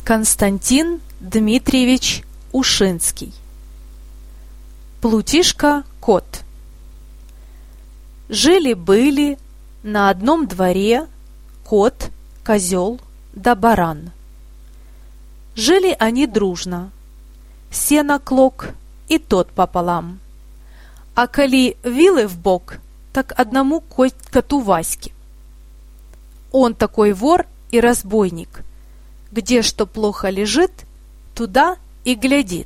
Константин Дмитриевич Ушинский. Плутишка-кот. Жили-были на одном дворе кот, козел да баран. Жили они дружно, сено клок и тот пополам. А коли вилы в бок, так одному коту Ваське. Он такой вор и разбойник, где что плохо лежит, туда и глядит.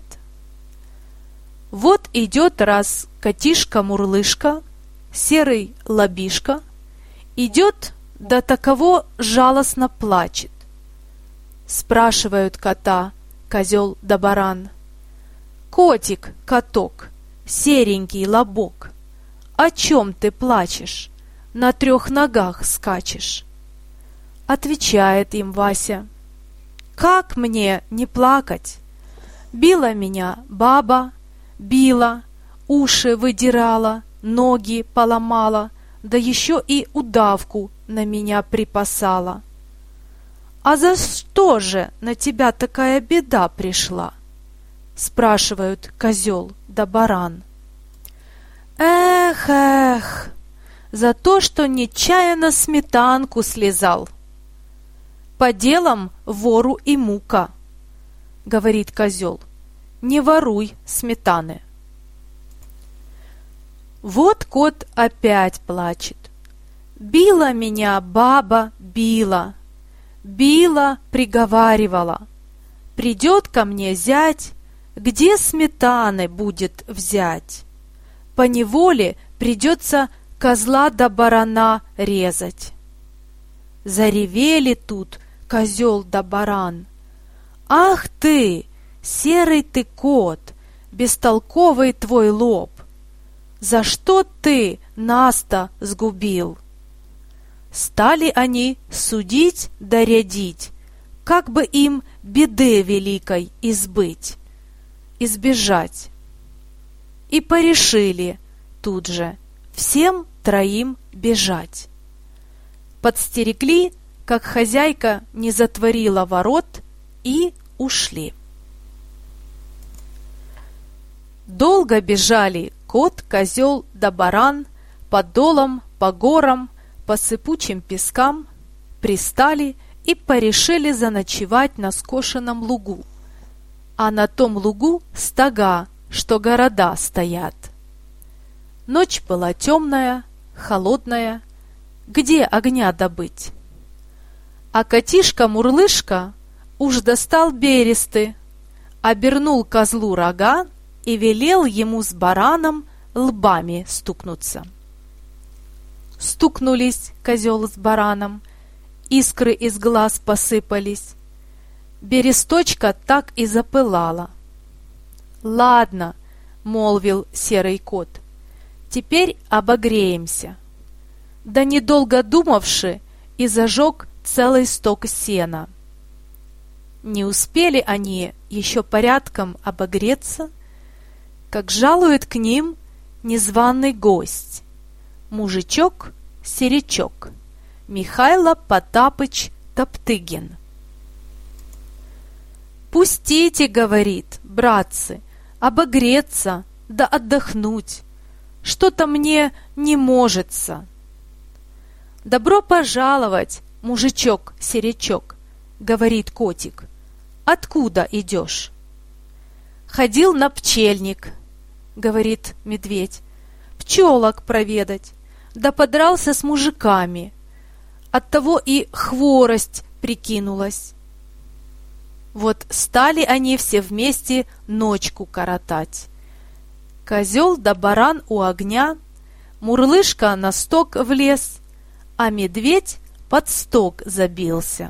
Вот идет раз котишка-мурлышка, серый лобишка, идет, да таково жалостно плачет. Спрашивают кота, козел да баран: «Котик, каток, серенький лобок, о чем ты плачешь, на 3 ногах скачешь?» Отвечает им Вася: «Как мне не плакать? Била меня баба, била, уши выдирала, ноги поломала, да еще и удавку на меня припасала». «А за что же на тебя такая беда пришла?» Спрашивают козел да баран. «Эх, эх, за то, что нечаянно сметанку слезал. По делам вору и мука», — говорит козел, — «не воруй сметаны». Вот кот опять плачет. «Била меня баба, била, била, приговаривала. Придет ко мне зять, где сметаны будет взять? Поневоле придется козла да барана резать». Заревели тут козел да баран. «Ах ты, серый ты кот, бестолковый твой лоб! За что ты нас-то сгубил?» Стали они судить да рядить, как бы им беды великой избежать. И порешили тут же всем 3 бежать. Подстерегли, как хозяйка не затворила ворот, и ушли. Долго бежали кот, козел да баран по долам, по горам, по сыпучим пескам, пристали и порешили заночевать на скошенном лугу. А на том лугу стога, что города стоят. Ночь была темная, холодная, где огня добыть? А котишка-мурлышка уж достал бересты, обернул козлу рога и велел ему с бараном лбами стукнуться. Стукнулись козел с бараном, искры из глаз посыпались, бересточка так и запылала. «Ладно, — молвил серый кот, — теперь обогреемся». Да недолго думавши, и зажег целый сток сена. Не успели они еще порядком обогреться, как жалует к ним незваный гость, мужичок-серячок, Михайло Потапыч Топтыгин. «Пустите, — говорит, — братцы, обогреться да отдохнуть, что-то мне не можется». «Добро пожаловать, мужичок-серячок, — говорит котик. — Откуда идешь?» «Ходил на пчельник, — говорит медведь, — пчелок проведать, да подрался с мужиками, оттого и хворость прикинулась». Вот стали они все вместе ночку коротать. Козел да баран у огня, мурлышка на сток влез, а медведь под сток забился.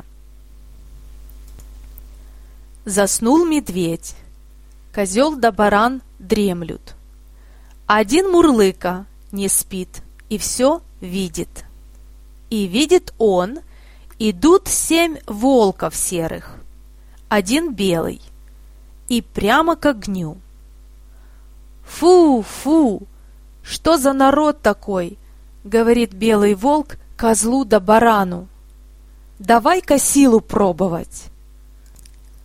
Заснул медведь, козел да баран дремлют. Один мурлыка не спит и все видит. И видит он, идут 7 волков серых, один белый, и прямо к огню. «Фу, фу, что за народ такой!» — говорит белый волк козлу да барану. «Давай-ка силу пробовать».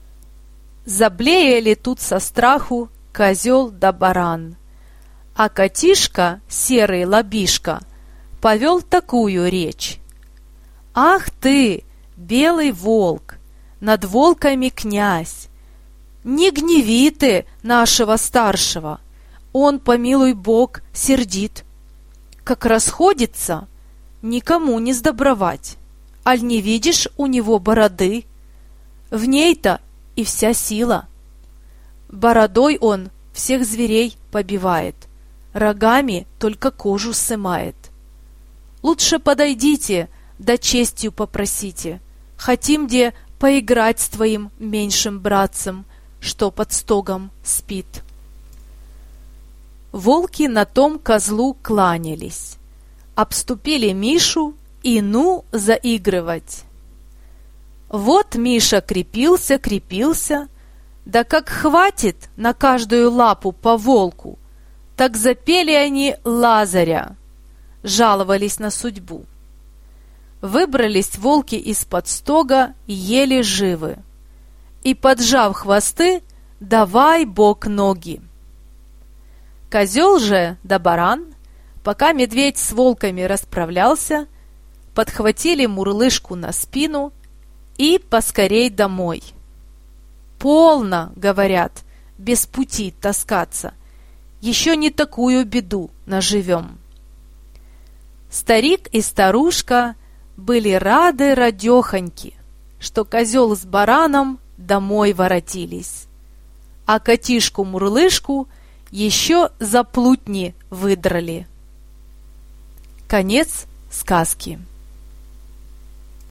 Заблеяли тут со страху козел да баран, а котишка, серый лобишка, повел такую речь: «Ах ты, белый волк, над волками князь! Не гневи ты нашего старшего, он, помилуй Бог, сердит. Как расходится, никому не сдобровать. Аль не видишь у него бороды? В ней-то и вся сила. Бородой он всех зверей побивает, рогами только кожу сымает. Лучше подойдите, да честью попросите. Хотим где поиграть с твоим меньшим братцем, что под стогом спит». Волки на том козлу кланялись, обступили Мишу и ну заигрывать. Вот Миша крепился, да как хватит на каждую лапу по волку, так запели они Лазаря, жаловались на судьбу. Выбрались волки из-под стога еле живы, и, поджав хвосты, давай бок ноги. Козел же да баран, пока медведь с волками расправлялся, подхватили мурлышку на спину и поскорей домой. «Полно, — говорят, — без пути таскаться, еще не такую беду наживем». Старик и старушка были рады радехоньки, что козел с бараном домой воротились, а котишку-мурлышку еще за плутни выдрали. Конец сказки.